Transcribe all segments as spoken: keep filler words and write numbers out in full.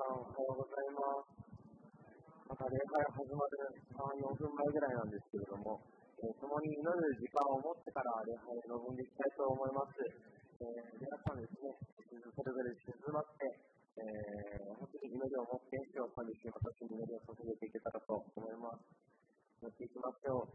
おはようございます。また礼拝が始まるさん、よんぷんまえぐらいなんですけれども、えー、共に祈る時間を持ってから礼拝に臨んでいきたいと思います。えー、皆さんですね、それぞれ静まって、えー、本当に祈りを持って主を感じて私に祈りを捧げていけたらと思います。やっていきましょう。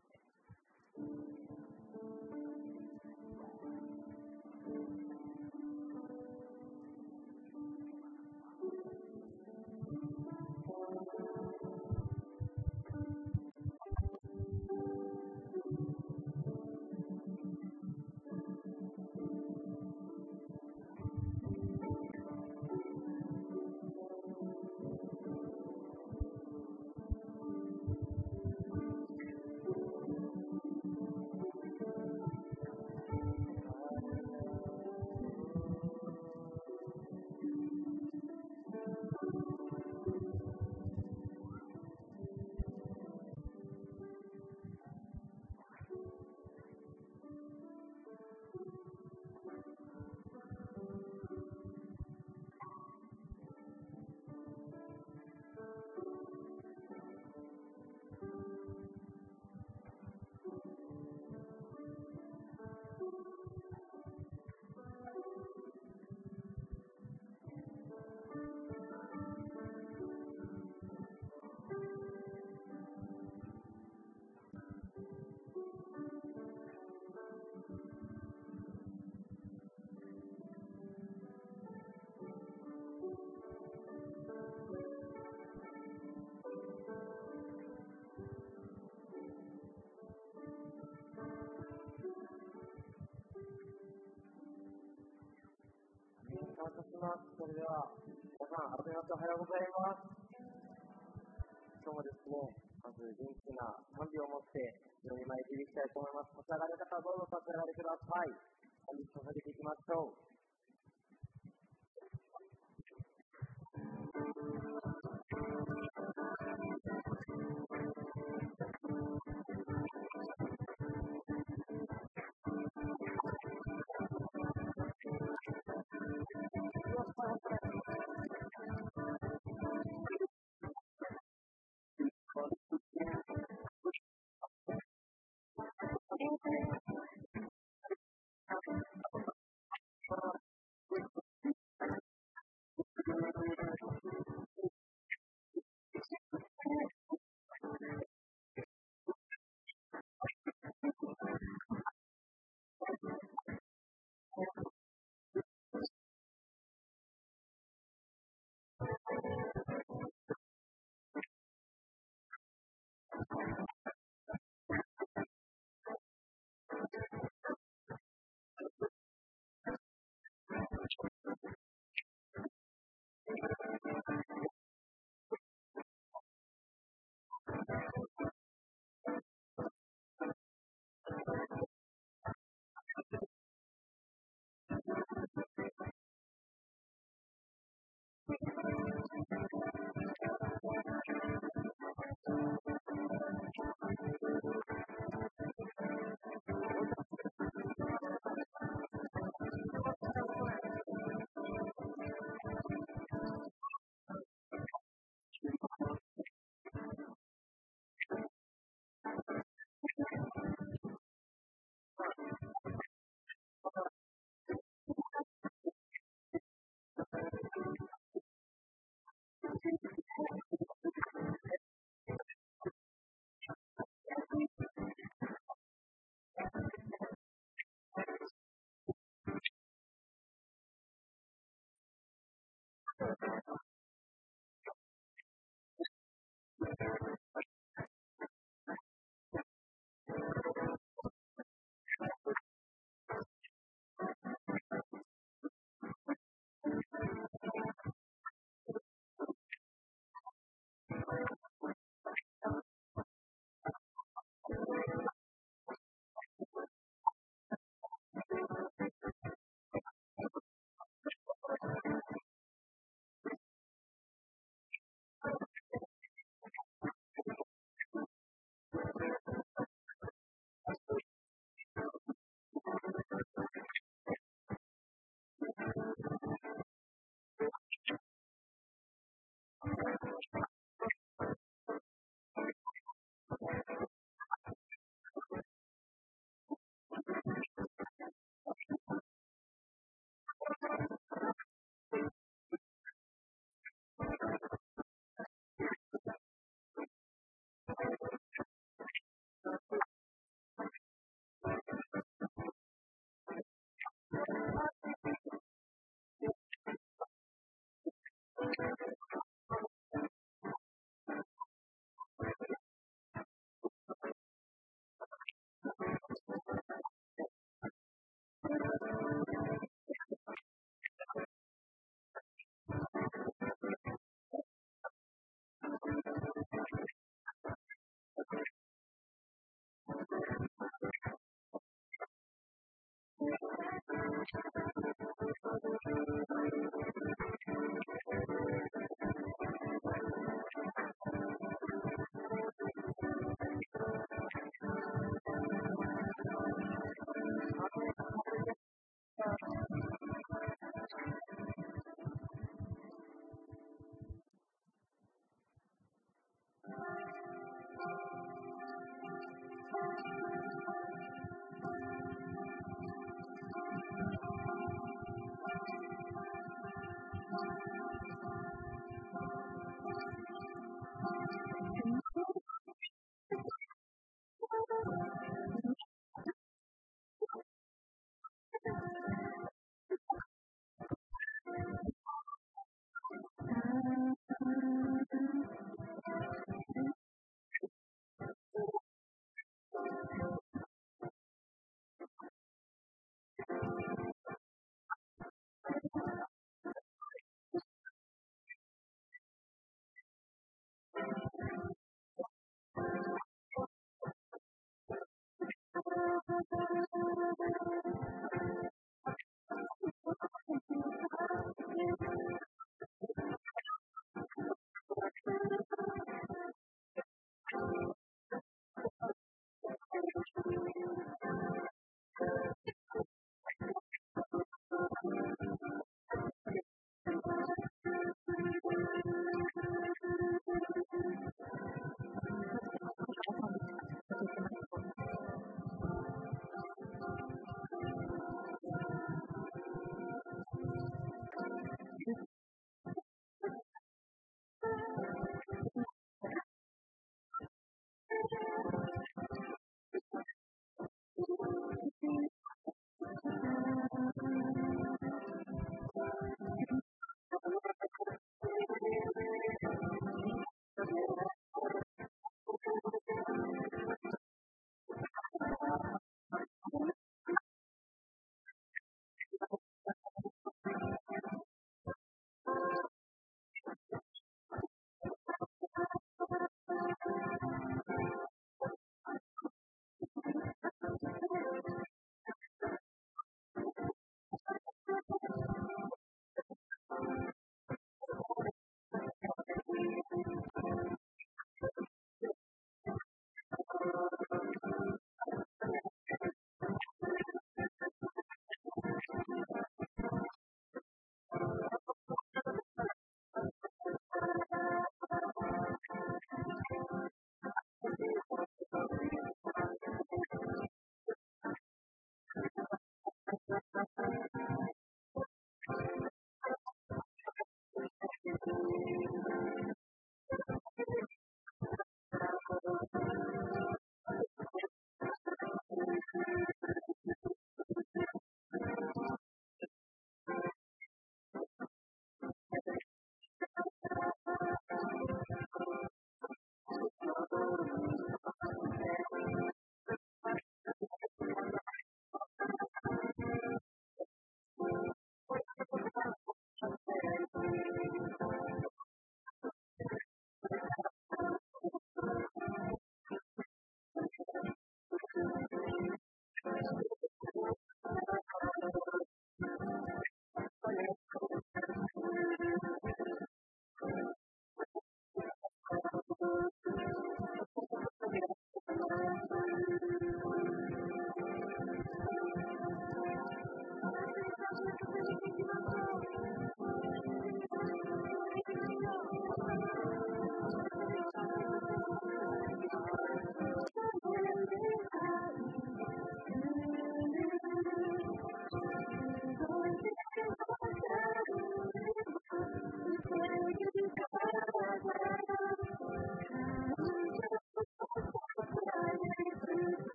感謝します。それでは皆さん改めましておはようございます。今日もですね、まず元気な賛美を持って祈り参りいきたいと思います。立ち上がる方はどうぞ立ち上がりください。賛美捧げていきましょう。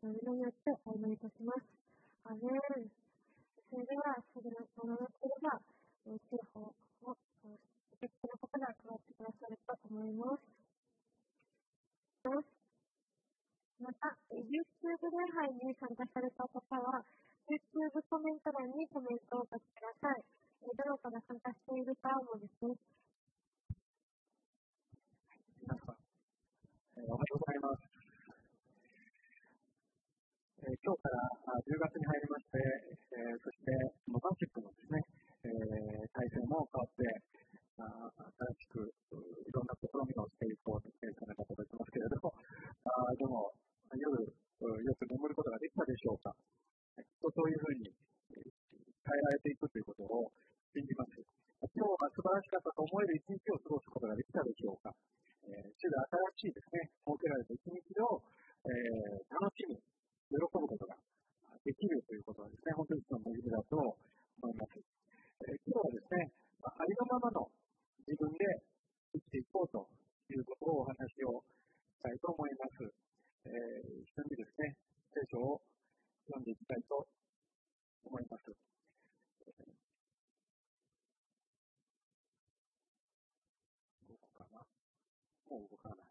の皆によってお祈りいたします。アーメン。それでは、すぐのものなければ、えー、刑法を受付の方が配ってくださると思います。また、YouTube 礼拝に参加された方は、YouTube コメント欄にコメントをお書きください。どなたが参加しているかもですね。 皆さん、えー、おはようございます。えー、今日からじゅうがつに入りまして、えー、そしてモザンシップのですね、えー、体制も変わって、あ新しくいろんな試みをしていこうというようなことを言ってますけれども、あでも夜よく眠ることができたでしょうか。そういうふうに変えられていくということを信じます。今日は素晴らしかったと思える一日を過ごすことができたでしょうか。えー、主で新しいですね、設けられた一日を、えー、楽しみ、喜ぶことができるということはですね、本当にその恵みだと思います。えー、今日はですね、ありのままの自分で生きていこうということをお話をしたいと思います。えー、一緒にですね、聖書を読んでいきたいと思います。動くかな？もう動かない。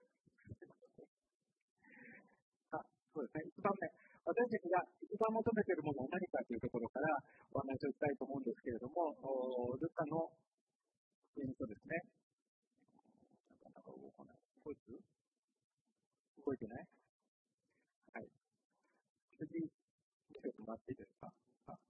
あ、そうですね。一番目。私たちが一番求めているものは何かというところからお話をしたいと思うんですけれども、ルカの福音書ですね。なかなか動かない。動いてる？動いてない？はい。次、見せてもらっていいですか？あ、はい、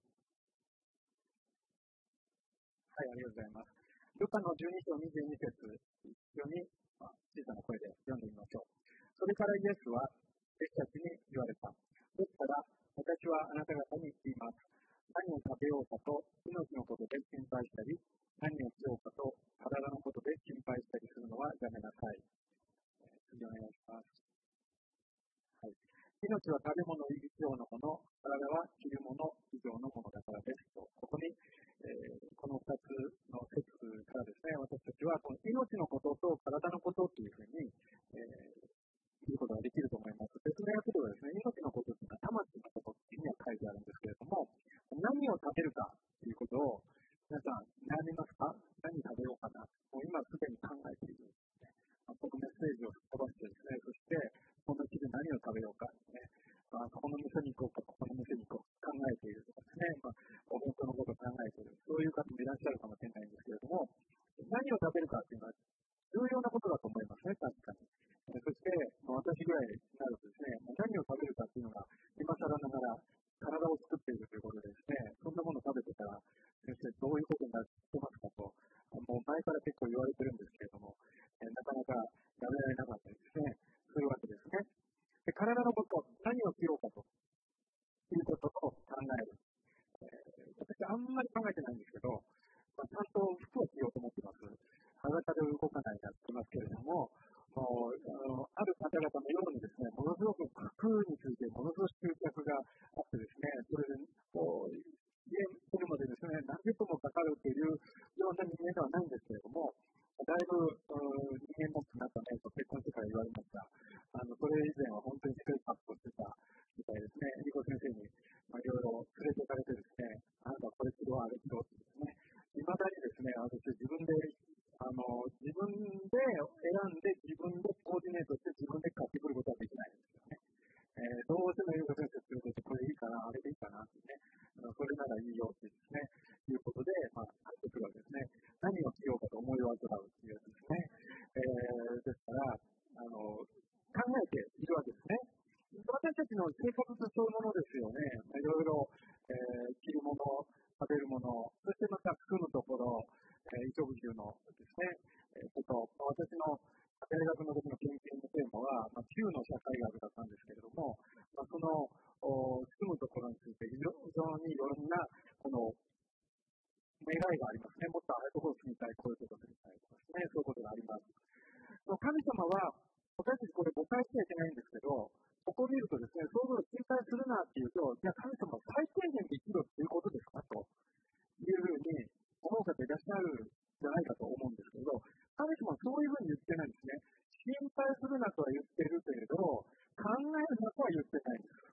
ありがとうございます。ルカのじゅうに章にじゅうに節、一緒に小さな声で読んでみましょう。それからイエスは弟子たちに言われた。ですから、私はあなた方に言います。何を食べようかと命のことで心配したり、何をしようかと体のことで心配したりするのはやめなさい。次お願いします。はい、命は食べ物以上のもの、体は着るもの以上のものだからですと。ここに、えー、このふたつの説からですね、私たちはこの命のことと体のことというふうに、えー見ることができると思います。別の訳ではですね、命のことというのは魂のことというふうには書いてあるんですけれども、何を食べるかということを皆さん悩みますか？何食べようかな。もう今すでに考えている。僕メッセージを飛ばしてですね、そしてこの地で何を食べようかですね、まあ、この店に行こうか、ここの店に行こう考えているとかですね、まあ、お弁当のことを考えている、そういう方もいらっしゃるかもしれないんですけれども、何を食べるかというのは重要なことだと思いますね、確かに。そして、私ぐらいになるとですね、何を食べるかというのが、今更ながら体を作っているということでですね、そんなものを食べてたら、先生、どういうことになってますかと、もう前から結構言われてるんですけれども、えなかなかやめられなかったりですね、そういうわけですね。で、体のこと、何を着ようかということを考える。えー、私、あんまり考えてないんですけど、まあ、ちゃんと服を着ようと思ってます。裸で動かないでやってますけれども、もうあのある方々のようにですね、ものすごく服についてものすごく執着があってですね、それでこう家に来るまでですね、何十分もかかるというような人間ではないんですけれども、だいぶ人間もなったねと結婚してから言われました。あのそれ以前は本当にしっかりパッとしてたみたいですね。リコ先生に、まあ、いろいろ連れて行かれてですね、あなたはこれ着ろ、あれ着ろってですね、いまだにですね、私自分であの自分で選んで自分でコーディネートして自分で買ってくることはできないんですよね。えー、どうしても優子先生ということでこれいいかな、あれでいいかなってね、あのそれならいいよってですね、いうことで、まあ、買ってくるわけですね。何をしようかと思い煩うっていうやつですね。えー、ですから、あの、考えているわけですね。私たちの生活ってそういうものですよね。いろいろ、えー、着るもの、食べるもの、そしてまた住むところ、えー、衣食住のですね、えー、こと、私の大学の時の研究のテーマは、まあ、旧の社会学だったんですけれども、まあ、その住むところについて非常にいろんなこの願いがありますね。もっとああいうところを住みたい、こういうところを住みたいとかですね、そういうことがあります。神様は、私たちこれ誤解しちゃいけないんですけど、ここを見るとですね、そういうのを心配するなっていうと、じゃあ神様は最低限できるっていうことですかというふうに思う方いらっしゃるんじゃないかと思うんですけど、神様はそういうふうに言ってないんですね。心配するなとは言ってるけれど、考えるなとは言ってないんです。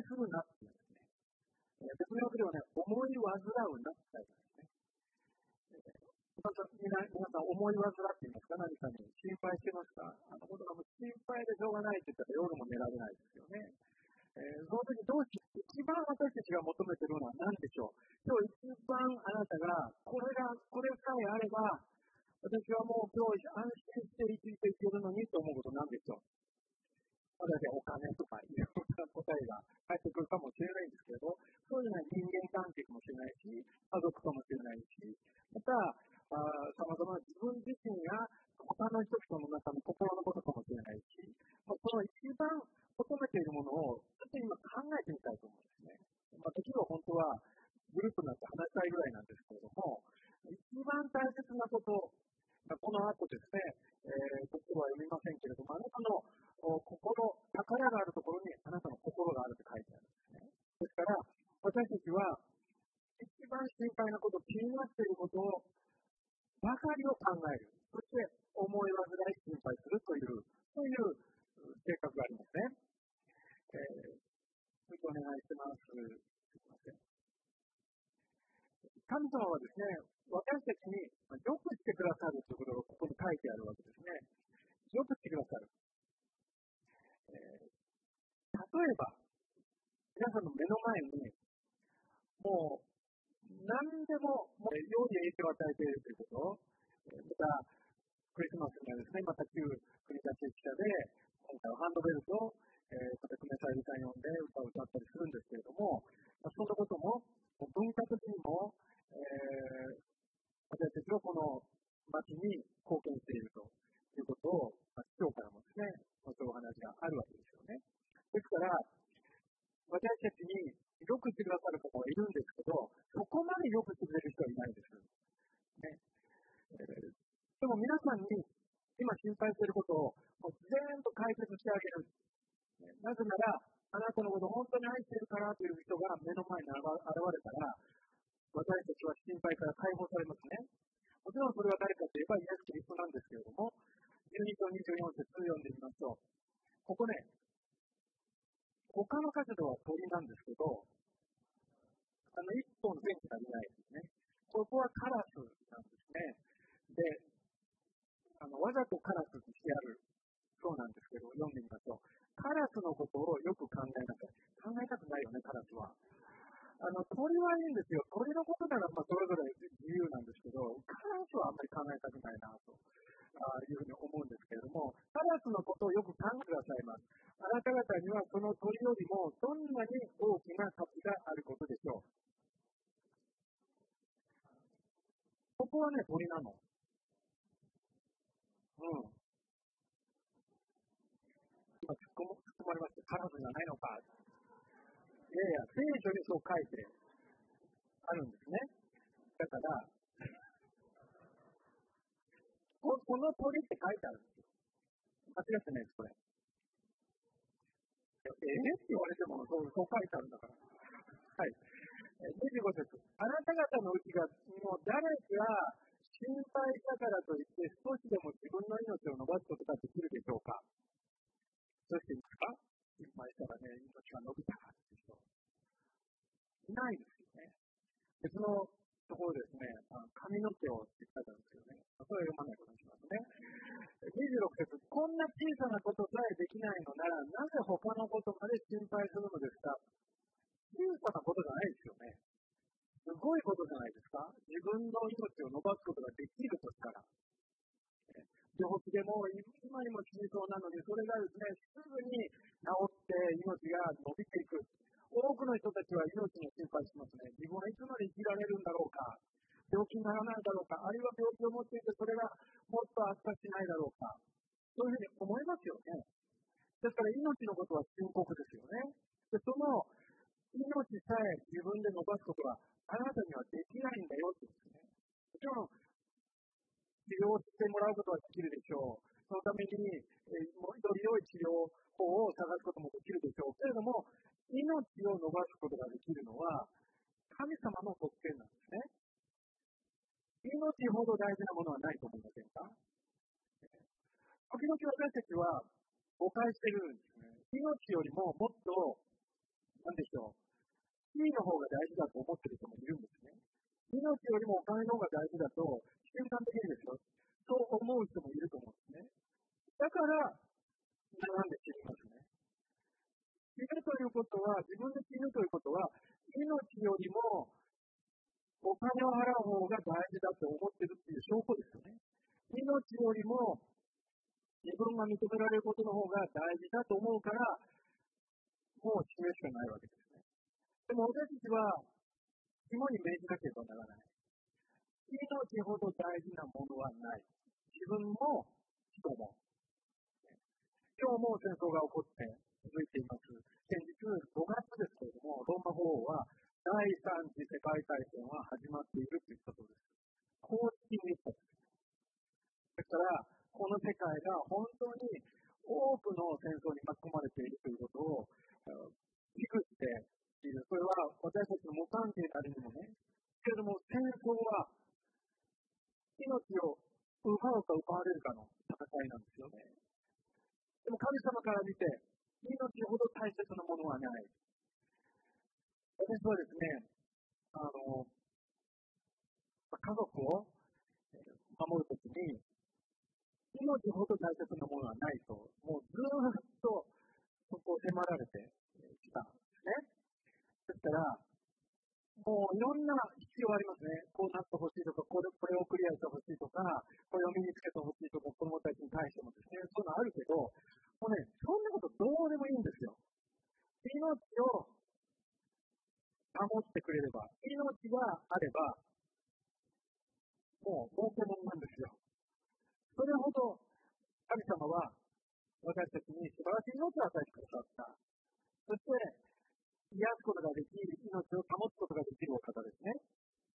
するなっていうんですね。別の訳ではね、思い煩うなって書いてあるんですね。皆さん、皆さん思い煩って言いますか、何かに心配してますか？あのことがもう心配でしょうがないって言ったら夜も寝られないですよね。えー、その時どうし、一番私たちが求めているのは何でしょう？今日一番あなたが、これが、これさえあれば、私はもう今日安心して生きていけるのにと思うことなんでしょう？私はお金とかいろんな答えが返ってくるかもしれないんですけれど、そういうのは人間関係かもしれないし、家族かもしれないし、また、さまざまな自分自身が他の人々の中の心のことかもしれないし、まあ、その一番求めているものをちょっと今考えてみたいと思うんですね。まあ、できれば本当はグループになって話したいぐらいなんですけれども、一番大切なこと、この後ですね、えー、ここは読みませんけれども、あなたの心、宝があるところにあなたの心があるって書いてあるんですね。ですから、私たちは一番心配なこと、気になっていることをばかりを考える。そして思い煩い心配するという、そういう性格がありますね。えー、ちょっとお願いします。すいません。神様はですね、私たちによくしてくださるということがここに書いてあるわけですね。よくしてくださる。えー、例えば、皆さんの目の前に、もう、何でも、もう、用に影響を与えているということ、えー、また、クリスマスにはですね、また旧国立記者で、今回はハンドベルと、えー、また久米さゆりさん呼んで歌を歌ったりするんですけれども、まあ、そんなことも、文化的にも、えー、私たちはこの町に貢献しているということを、まあ、市長からもですね、そういうお話があるわけですよね。ですから、私たちによくしてくださる方はいるんですけど、そこまでよくしてくれる人はいないです。ねえー、でも皆さんに今心配していることをもう全部解決してあげる。ね、なぜなら、あなたのことを本当に愛しているからという人が目の前に現れたら、私たちは心配から解放されますね。もちろんそれは誰かといえばイエス・キリストなんですけれども、じゅうにとにじゅうよん節読んでみますと、ここね、他の箇所では鳥なんですけど、あの一本線しかいないですね。ここはカラスなんですね。で、あのわざとカラスにしてあるそうなんですけど、読んでみましょう。カラスのことをよく考えなさい。考えたくないよね、カラスは。あの鳥はいいんですよ。鳥のことならまあそれぞれ自由なんですけど、カラスはあんまり考えたくないなというふうに思うんですけれども、カラスのことをよく考えてくださいます。あなた方にはその鳥よりもどんなに大きな価値があることでしょう。ここはね、鳥なの。うん。今突っ込まれました。カラスじゃないのか。いやいや、聖書にそう書いてあるんですね。だから、こ, この鳥って書いてあるんですよ。間違ってないです、これ。えー、って言われてもそう、そう書いてあるんだから。はい。にじゅうご節。あなた方のうちが、もう誰が心配したからといって、少しでも自分の命を伸ばすことができるでしょうか？どうしていますか？心配したらね、命が伸びたって人。いないですよね。別のところですね、髪の毛をって書いてあるんですよね。それは読まないことにしますね。にじゅうろく節。こんな小さなことさえできないのなら、なぜ他のことまで心配するのですか？小さなことじゃないですよね。すごいことじゃないですか。自分の命を伸ばすことができるとしたら。病気でも今にも死にそうなのに、それがですね、すぐに治って命が伸びていく。多くの人たちは命の心配しますね。自分はいつまで生きられるんだろうか。病気にならないだろうか。あるいは病気を持っていて、それがもっと悪化しないだろうか。そういうふうに思いますよね。ですから命のことは深刻ですよね。で、その命さえ自分で伸ばすことはあなたにはできないんだよってですね。もちろん治療してもらうことはできるでしょう。そのために、えー、もうより良い治療法を探すこともできるでしょう。けれども、命を伸ばすことができるのは、神様の特権なんですね。命ほど大事なものはないと思いませんか？時々私たちは誤解してるんですね。命よりももっとなんでしょう、地位の方が大事だと思っている人もいるんですね。命よりもお金の方が大事だと、習慣的にですよ、そう思う人もいると思うんですね。だから、悩んで死にますね。死ぬということは、自分で死ぬということは、命よりもお金を払う方が大事だと思っているっていう証拠ですよね。命よりも自分が認められることの方が大事だと思うから、もう死ぬしかないわけですね。でも私たちは、肝に銘じなければならない。命ほど大事なものはない。自分も人も。今日も戦争が起こって続いています。先日ごがつですけれども、ローマ法王は第三次世界大戦は始まっていると言ったそうです。公式に言ったんです。ですから、この世界が本当に多くの戦争に巻き込まれているということを危惧している。それは私たちの無関係なりにもね、けれども戦争は命を奪うか奪われるかの戦いなんですよね。でも神様から見て、命ほど大切なものはない。私はですね、あの、家族を守るときに、命ほど大切なものはないと、もうずっとそこを迫られてきたんですね。ですから、もういろんな必要がありますね。こうなってほしいとか、これ、これをクリアしてほしいとか、これを身につけてほしいとか、子供たちに対してもですね、そういうのあるけど、もうね、そんなことどうでもいいんですよ。命を守ってくれれば、命があれば、もう儲けもんなんですよ。それほど神様は私たちに素晴らしい命を与えてくださった。そして、癒すことができ、命を保つことができるお方ですね。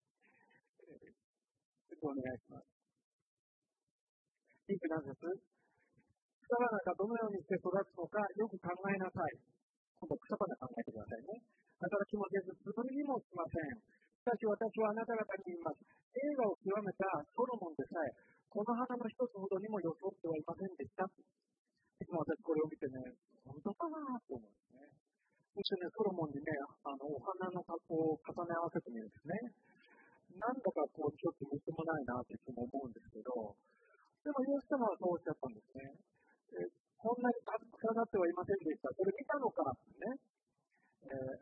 ちょっとお願いします。いくなんです。草花がどのようにして育つのかよく考えなさい。今度草花考えてくださいね。働きもせず、つぶりもしません。しかし私はあなた方に言います。栄華を極めたソロモンでさえ、この花の一つほどにも装ってはいませんでした。いつも私これを見てね、本当かなと思うんですね。そしてね、ソロモンにね、あの、お花の格好を重ね合わせてみるんですね。なんだかこう、ちょっとみっともないなっていつも思うんですけど、でも、イエス様はそうおっしゃったんですね。えこんなに重なってはいませんでした。それ見たのかってね。えー、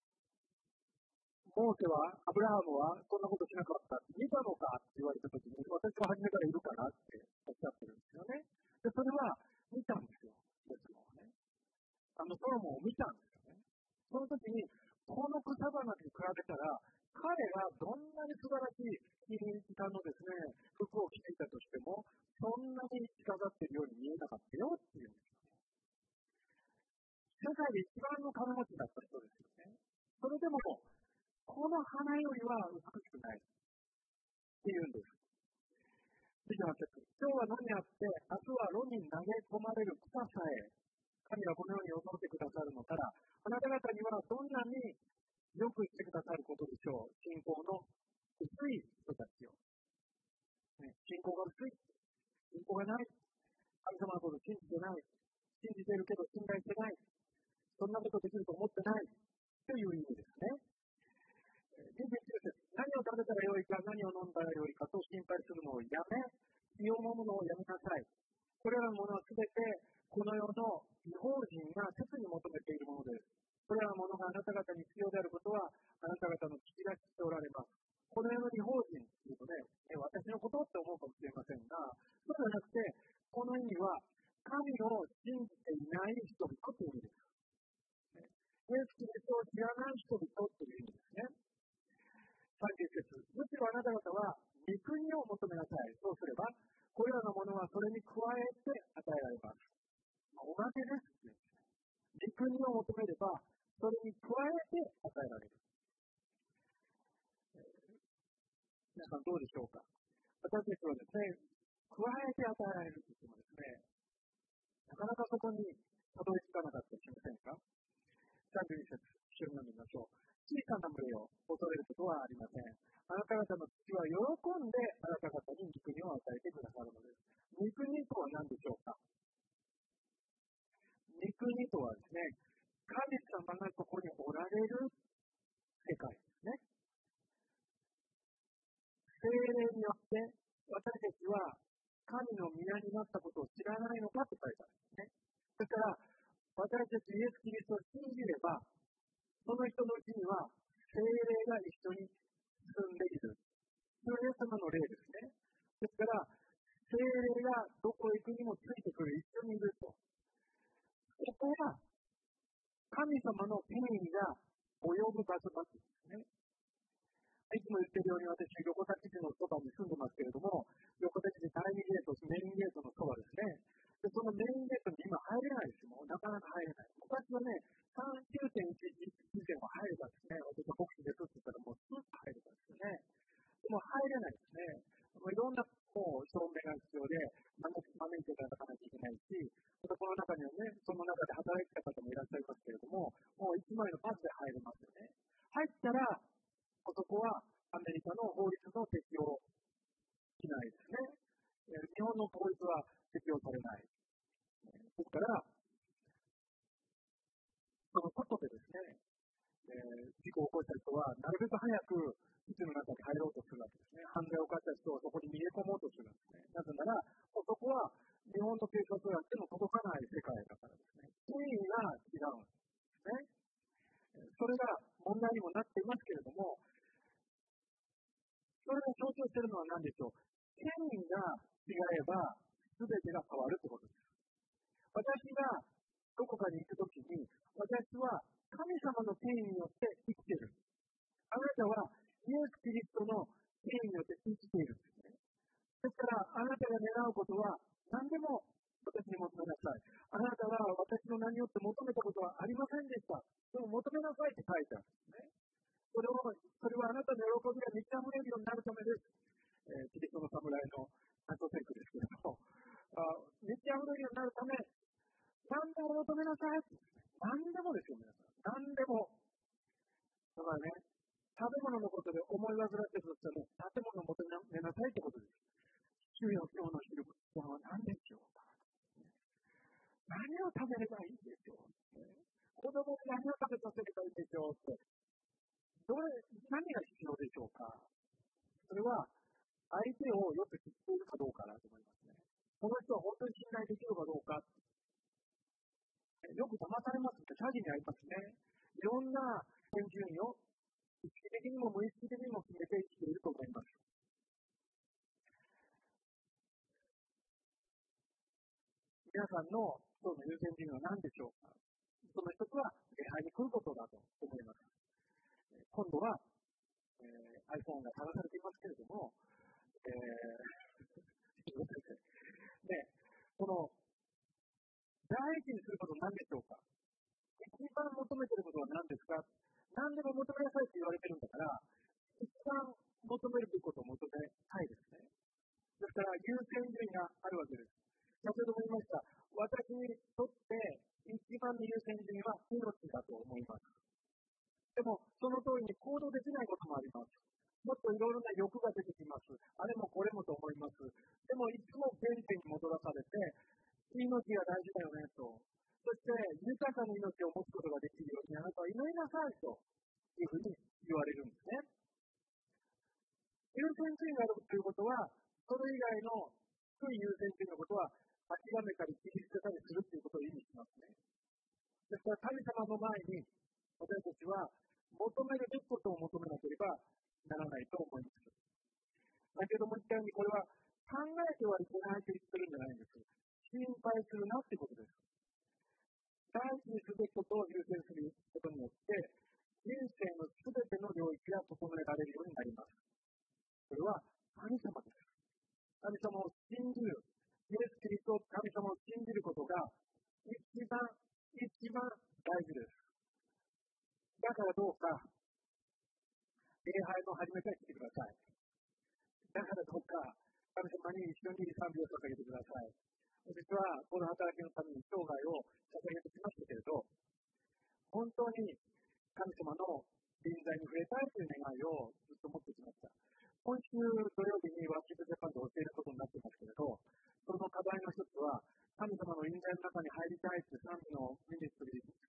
モーセは、アブラハムはそんなことしなかったって見たのかって言われたときに、私は初めからいるかなっておっしゃってるんですよね。で、それは見たんですよ。イエス様はね。あのソロモンを見たんですよね。その時に、この草花に比べたら、彼がどんなに素晴らしいキリンさんのですね、服を着ていたとしても、そんなに着飾っているように見えなかったよっていうんですよね。世界で一番の金持ちだった人ですよね。それでも、この花よりは美しくないっていうんです。にじゅうはち節。今日は何あって、明日は炉に投げ込まれる草さえ、神がこのように装ってくださるのから、あなた方にはどんなによくしてくださることでしょう。信仰の薄い人たちを。ね、信仰が薄い。信仰がない。神様のことを信じてない。信じているけど信頼してない。そんなことできると思ってない。という意味ですね。にじゅうきゅう節。何を食べたらよいか、何を飲んだらよいかと心配するのをやめ、気をもむのをやめなさい。これらのものはすべてこの世の異邦人が切に求めているものです。これらのものがあなた方に必要であることは、あなた方の口が知っておられます。この世の異邦人というとね、私のことって思うかもしれませんが、そうではなくて、この意味は、神を信じていない人々という意味です。イエス・キリストを知らない人々という意味ですね。さんじゅう節。むしろあなた方は、御国を求めなさい。そうすれば、これらのものはそれに加えて与えられます。おまけですね。御国を求めれば、それに加えて与えられる。皆さんどうでしょうか。私たちはですね、加えて与えられると言ってもですね、なかなかそこにたどり着かなかったりしませんか。さんじゅうに節、一緒に読んでみましょう。小さな群れを恐れることはありません。あなた方の父は喜んであなた方に御国を与えてくださるのです。御国とは何でしょうか。御国とはですね、 神様がそこにおられる世界ですね。聖霊によって私たちは神の宮になったことを知らないのかと書いてあるんですね。だから私たちイエス・キリストを信じれば、その人のうちには聖霊が一緒に住んでいる。それがイエス様の霊ですね。ですから、聖霊がどこへ行くにもついてくる、一緒にいると。ここは神様の権威が及ぶ場所だったんですね。いつも言ってるように私、横田基地のそばに住んでますけれども、横田基地第二ゲート、メインゲートのそばですね。でそのメインゲートに今入れないですよ。なかなか入れない。昔はね、さんじゅうきゅうてんいち以前は入れたんですね。私がボクシングですって言ったらもうスーッと入れたんですよね。でも入れないですね。もういろんなもう証明が必要で、招いていただかなきゃいけないし、またこの中にはね、その中で働いてた方もいらっしゃいますけれども、もういちまいのパスで入れますよね。入ったら、そこはアメリカの法律の適用しないですね。日本の法律は適用されない。ですから、その外でですね、えー、事故を起こした人は、なるべく早く基地の中に入ろうとするわけですね。犯罪を犯した人はそこに逃げ込もうとするんですね。なぜなら、そこは日本の警察がやっても届かない世界だからですね。権威が違うんですね。それが問題にもなっていますけれども、それが象徴しているのは何でしょう。権威が違えば全てが変わるということです。私がどこかに行くときに、私は神様の権威によって生きている。あなたはイエス・キリストの権威によって生きているんですね。ですから、あなたが願うことは何でも私に求めなさい。あなたは私の名によって求めたことはありませんでした。でも求めなさいって書いてあるんですね。それを、それはあなたの喜びが満ち溢れるようになるためです。えー、キリストの侍の担当テクですけれども、あ満ち溢れるようになるため、何でも求めなさい。何でもですよ、皆さん。何でも。だからね、食べ物のことで思い煩ってるとしたら、建物を求めなさいってことです。主よ、今日の昼ご飯は何でしょうか。何を食べればいいんでしょう。子供に何を食べさせればいいんでしょうって。どれ、何が必要でしょうか。それは、相手をよく知っているかどうかだと思いますね。この人は本当に信頼できるかどうか。よく騙されますって詐欺にありますね。いろんな順位を意識的にも無意識的にも決めて生きていると思います。皆さんの今日の優先順位は何でしょうか。その一つは礼拝に来ることだと思います。今度は、えー、iPhone が探されていますけれども、えー、で、この第一にすることは何でしょうか。一番求めていることは何ですか。何でも求めなさいって言われてるんだから、一番求めるべきことを求めたいですね。ですから優先順位があるわけです。先ほども言いました。私にとって一番の優先順位は命だと思います。でも、その通りに行動できないこともあります。もっといろいろな欲が出てきます。あれもこれもと思います。でも、いつも原点に戻らされて、命が大事だよねと。そして、豊かな命を持つことができるように、あなたは祈りなさいというふうに言われるんですね。優先順位があるということは、それ以外の低い優先順位のことは、諦めたり切り捨てたりするということを意味しますね。ですから、神様の前に、私たちは求めるべきことを求めなければならないと思います。先ほども言ったように、これは考えてはいけないと言ってるんじゃないんです。心配するなってことです。第一にすべきことを優先することによって、人生のすべての領域が整えられるようになります。それは神様です。神様を信じる、イエス・キリスト、神様を信じることが一番、一番大事です。だからどうか、礼拝の始めから来てください。だからどうか、神様に一緒に賛美を捧げてください。実は、この働きのために生涯を捧げてきましたけれど、本当に神様の臨在に触れたいという願いをずっと持ってきました。今週土曜日にワーシップジャパンで教えることになっていますけれど、その課題の一つは、神様の臨在の中に入りたいという賛美のミニストリーする人が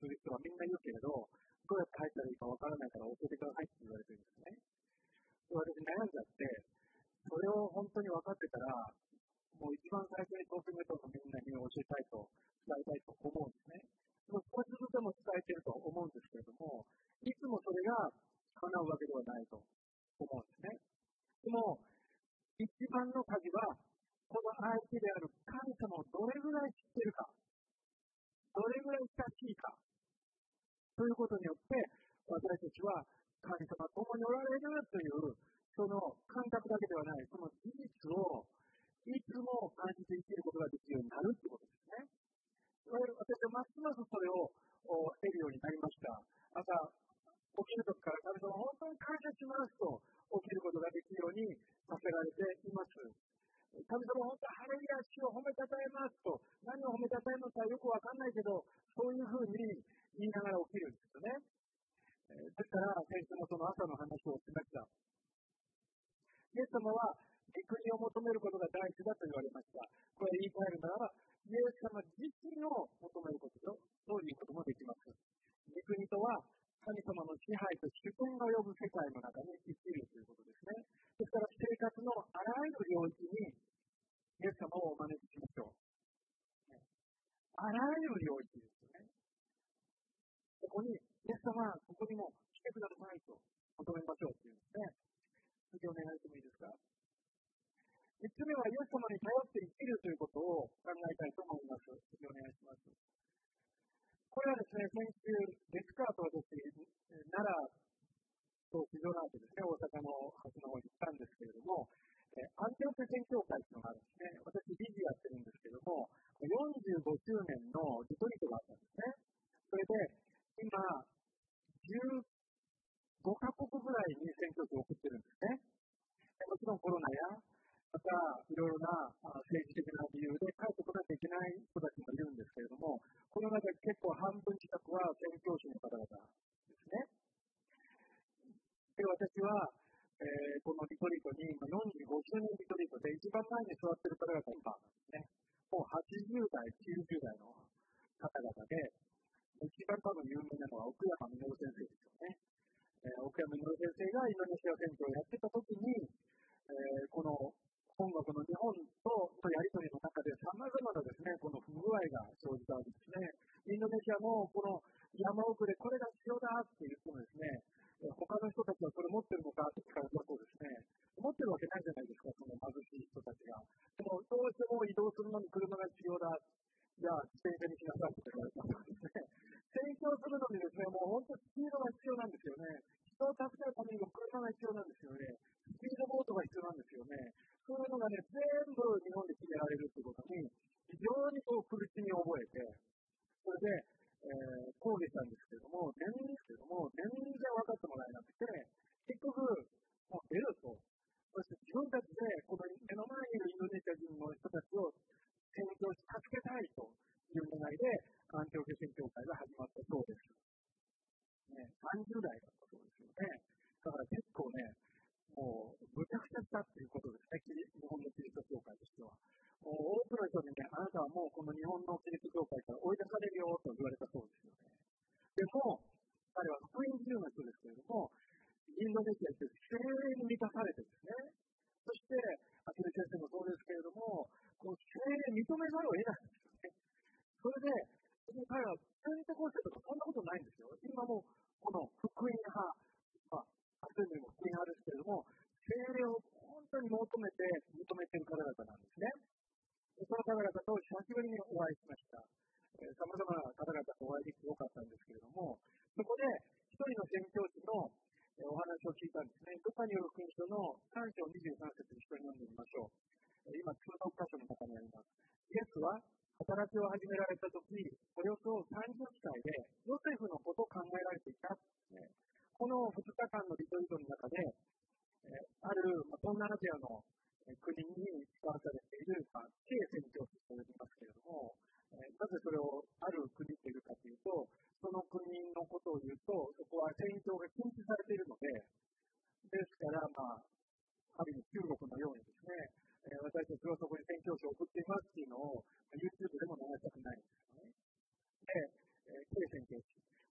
みんな言うけれど、どうやって入ったらいいかわからないから教えてくださいって言われてるんですね。で私悩んじゃって、それを本当に分かってたら、もう一番最初に東京メトロのみんなに教えたいと、伝えたいと思うんですね。でも少しずつでも伝えていると思うんですけれども、いつもそれが叶うわけではないと思うんですね。でも、一番の鍵は、この相手である神様をどれぐらい知っているか、どれぐらい親しいか、ということによって、私たちは神様と共におられるという、その感覚だけではない、その事実をいつも感じて生きることができるようになるということですね。いわゆる私はますますそれを得るようになりました。朝、起きるときから神様本当に感謝しますと起きることができるようにさせられています。神様本当ハレルヤ主を褒めたたえますと、何を褒めたたえるのかよくわかんないけど、そういうふうに言いながら起きるんですよね。ですから、先週もその朝の話をしました。イエス様は御国を求めることが大事だと言われました。これ言い換えるならば、イエス様自身を求めることということもできます。御国とは、神様の支配と主権が及ぶ世界の中に生きるということですね。ですから、生活のあらゆる領域にイエス様をお招きしましょう。あらゆる領域ですよね。ここに、イエス様、ここにも来てくださいと求めましょうというんですね。次お願いしてもいいですか。みっつめは、イエス様に頼って生きるということを考えたいと思います。次お願いします。これはですね、先週、月火と私、奈良と四条なんてですね、大阪の端の方に行ったんですけれども、アンテオペ宣教会というのがあるんですね。私、理事やってるんですけれども、よんじゅうごしゅうねんのリトリートがあったんですね。それで、今、じゅうごかこくぐらいに宣教師を送ってるんですね。もちろんコロナや、またいろいろな政治的な理由で帰ってこなきゃいけない人たちもいるんですけれども、この中で結構半分近くは宣教師の方々ですね。で、私は、えー、このリトリートによんじゅうごしゅうねんリトリートで一番前に座っている方々が今なんですね。もうはちじゅうだい、きゅうじゅうだいの方々で、一番多分有名なのは奥山実先生ですよね。えー、奥山実先生がインドネシア選挙をやってた時に、えー、この本国の日本とのやり取りの中でさまざまなですね、この不具合が生じたわけですね。インドネシアのこの山奥でこれが必要だって言ってもですね、他の人たちはそれ持ってるのかって聞かれたそうですね。持ってるわけないじゃないですか、その貧しい人たちが。でも、どうしても移動するのに車が必要だ。じゃあ、自転車にしなさいって言われたそうですね。宣教するのにですね、もう本当スピードが必要なんですよね。人を助けるためにも車が必要なんですよね。スピードボートが必要なんですよね。そういうのがね、全部日本で決められるということに、非常にこう苦しみを覚えて、それで、えー、抗議したんですけれども、全然ですけれども、全然分かってもらえなくて、結局、もう出ると、そして自分たちでこの目の前にいるインドネシア人の人たちを宣教し助けたいという願いで、アンテオペ宣教会が始まったそうです。ね、さんじゅうだいだったそうですよね。だから結構ね、もう、むちゃくちゃしたっていうことですね、日本のキリスト教会としては。もう多くの人にね、あなたはもうこの日本のキリスト教会から追い出されるよと言われたそうですよね。でも、彼は福音自由の人ですけれども、インドネシアって精霊に満たされてですね、そして、アキレ先生もそうですけれども、この精霊認めざるを得ないんですよね。それで、彼はペンテコステとかそんなことないんですよ。今もこの福音派、まあ、アステムも福音派ですけれども、精霊を本当に求めて、認めている方々なんですね。その方々と久しぶりにお会いしました。さまざまな方々とお会いできてよかったんですけれども、そこで一人の宣教師のお話を聞いたんですね。ルカによる福音書のさん章にじゅうさん節に一緒に読んでみましょう。今、通読箇所の中にあります。イエスは働きを始められたとき、およそさんじゅっさいでヨセフのことを考えられていた。このふつかかんのリトリートの中で、ある東南アジアの国に使わされている、まあ、K 宣教師と呼びますけれども、なぜそれをある国というかというと、その国のことを言うと、そこは宣教が禁止されているので、ですから、まあ、ある意味中国のようにですね、私たちはそこに宣教師を送っていますっていうのを YouTube でも流したくないんですよね。で、K 宣教師。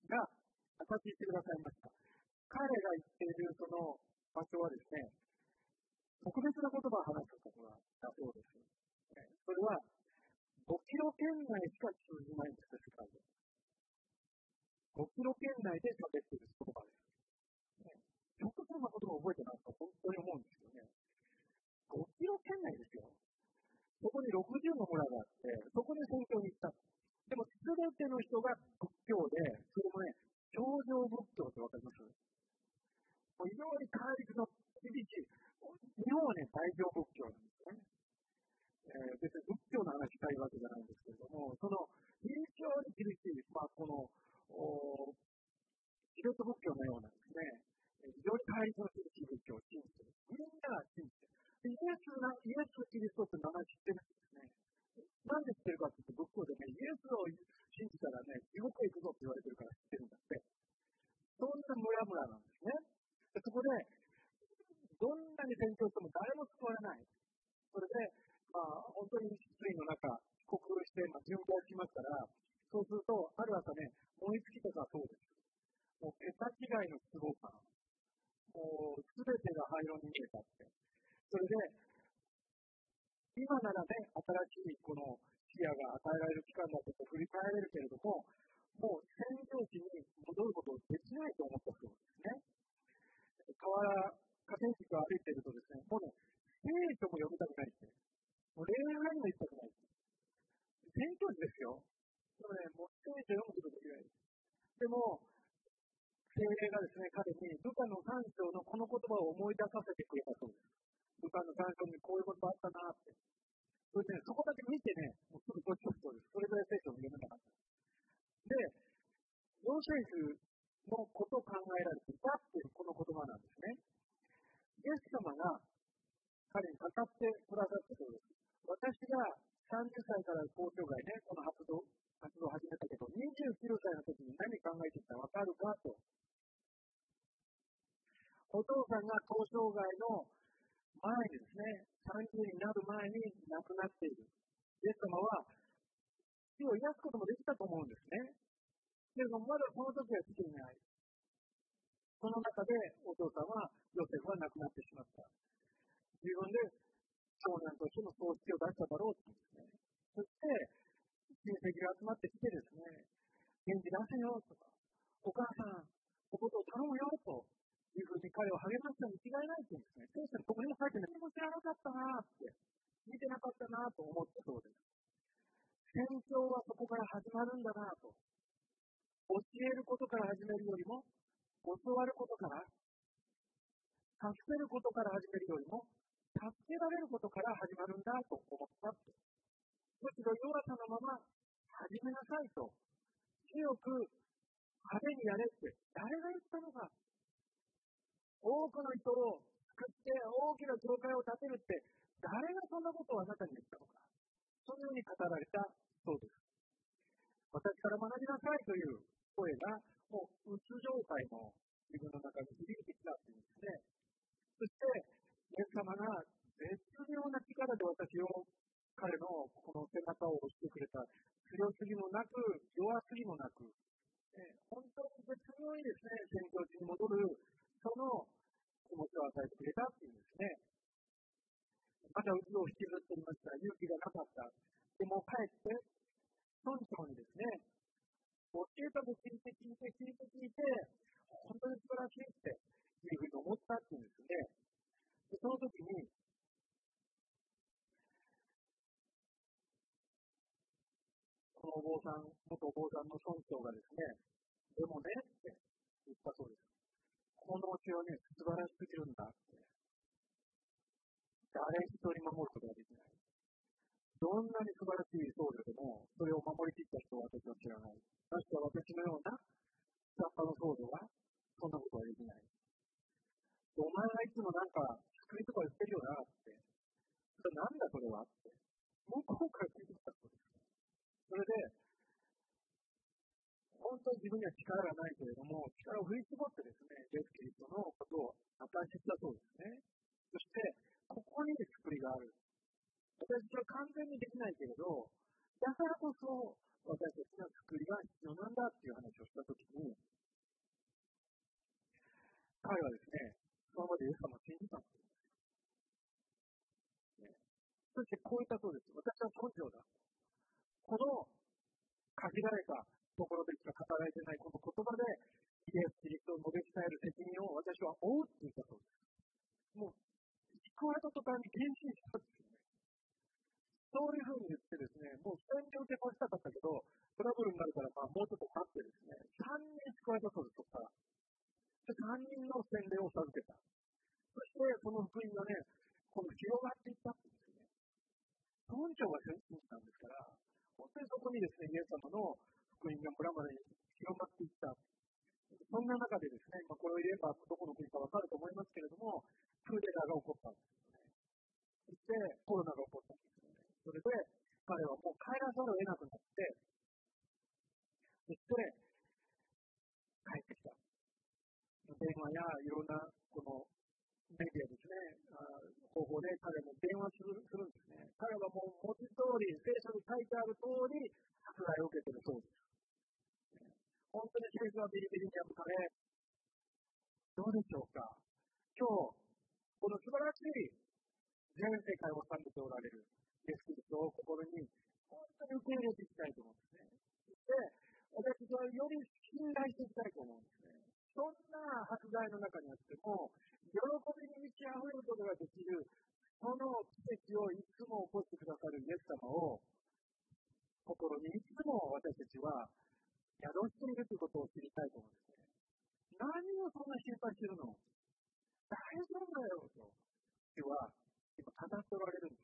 が証ししてくださいました。彼が言っているその場所はですね、特別な言葉を話すところだそうです。それはごキロ圏内しか通じないんです、世界で。ごキロ圏内で喋っている言葉です。よくそんな言葉を覚えてますか、本当に思うんですよね。ごキロ圏内ですよ。そこにろくじゅうの村があって、そこに宣教に行った。でも、すべての人が仏教で、それもね、教条仏教ってわかります？もう非常に戒律の厳しい。日本はね、大乗仏教なんですね。えー、別に仏教の話したいわけじゃないんですけれども、その非常に厳しい、まあ、この、キリスト仏教のようなですね、非常に戒律の厳しい仏教を信じている。みんなが信じている。イエスな、イエス・キリストって名前知ってるんですね。なんで知ってるかって言って、仏教でね、イエスを信じたらね、地獄へ行くぞって言われてるから知ってるんだって。そんなムラムラなんですね。でそこで、どんなに宣教しても誰も救われない。それで、まあ、本当に失意の中、帰国して、まあ、巡回しますから、そうすると、ある朝ね、燃え尽きたかそうです。もう、桁違いのすごさ。もう、すべてが灰色に見えたって。それで、今ならね、新しいこの視野が与えられる期間だと振り返れるけれども、もう宣教地に戻ることできないと思ったそうですね。河原、河川敷を歩いているとですね、もうね、聖書も読みたくないって。もう礼拝にも行きたくないって。宣教地ですよ。でもね、もう聖書読むことできない。でも、聖霊がですね、彼にルカのさん章のこの言葉を思い出させてくれたそうです。ルカのさん章にこういうことあったなって。それで、ね、そこだけ見てね、もうすぐどっちかそうです。それぐらい聖書を読めなかった。で、ヨセフのことを考えられていたっていうこの言葉なんですね。イエス様が彼に語ってくださったそうです。私がさんじゅっさいから交渉外ね、この活動、活動を始めたけど、にじゅうきゅうさいの時に何考えていたか分かるかと。お父さんが交渉外の前にですね、さんじゅうになる前に亡くなっている。イエス様は死を癒すこともできたと思うんですね。けれども、まだその時は来ていない。その中でお父さんは、ヨセフは亡くなってしまった。自分で長男としての葬式を出しただろうと言うんですね。そして、親戚が集まってきてですね、元気出せよとか、お母さん、おことを頼むよというふうに彼を励ましたに違いないというんですね。そうしたらここにも書いて何も知らなかったなって、見てなかったなと思ったそうです。宣教はそこから始まるんだなと。教えることから始めるよりも、教わることから、助けることから始めるよりも、助けられることから始まるんだと思ったと。むしろ弱さのまま始めなさいと。強く派手にやれって誰が言ったのか。多くの人を救って大きな教会を建てるって誰がそんなことをあなたに言ったのか。そのように語られたそうです。私から学びなさいという声がもううつ状態の自分の中に響いてきたというんですね。そしてイエス様が絶妙な力で私を彼のこの背中を押してくれた。強すぎもなく弱すぎもなく、え本当に絶妙にですね、宣教地に戻るその気持ちを与えてくれたっていうんですね。まだうつを引きずっていました。勇気がなかった。でも帰って村長にですね、教えたと聞いて聞いて聞いて聞いて、本当に素晴らしいっていうふうに思ったっていうんですね。でその時に、このお坊さん、元お坊さんの村長がですね、でもねって言ったそうです。この教えはね、素晴らしすぎるんだって。誰一人守ることができない。どんなに素晴らしい僧侶でも、それを守りきった人は私は知らない。ましては私のような下っ端の僧侶は、そんなことはできない。お前がいつもなんか、救いとか言ってるよなって。それなんだそれはって。向こうから聞いてきたそうです。それで、本当に自分には力がないけれども、力を振り絞ってですね、イエス・キリストのことを明かしてきたそうですね。そして、ここに救いがある。私は完全にできないけれど、だからこそ私たちの救いが必要なんだっていう話をしたときに、 彼はですね、そのままでイエス様を信じたんです。ね、そしてこう言ったそうです。私は根性だ。この限られたところでしか語られてないこの言葉でイエス・キリストを述べ伝える責任を私は負うって言ったそうです。もう、聞こえた途端に献身したんですよね。そういうふうに言ってですね、もう人に受け越したかったけど、トラブルになるから、まあ、もうちょっと待ってですね、さんにん聞こえたそうです、そこから。で、さんにんの洗礼を授けた。そして、その福音がね、今度広がっていったんですよね。村長が先進したんですから、本当にそこにですね、イエス様の福音が村まで広まっていった。そんな中でですね、まあ、これを言えばどこの国か分かると思いますけれども、クーデターが起こったんですよね。そしてコロナが起こったんですよね。それで彼はもう帰らざるを得なくなって、そして帰ってきた。電話やいろんなこのメディアですね、方法で彼も電話するするんですね。彼はもう文字通り、聖書に書いてある通り、迫害を受けているそうです。本当に聖書はビリビリに破かれ、どうでしょうか。今日、この素晴らしい全世界を治めておられるイエス・キリストを心に本当に受け入れていきたいと思うんですね。そして、私たちはより信頼していきたいと思うんですね。そんな迫害の中にあっても、喜びに満ち溢れることができる、その奇跡をいつも起こしてくださるイエス様を心にいつも私たちは宿しているということを知りたいと思うんですね。何をそんな心配してるの？大丈夫だよと主は今語っておられるんです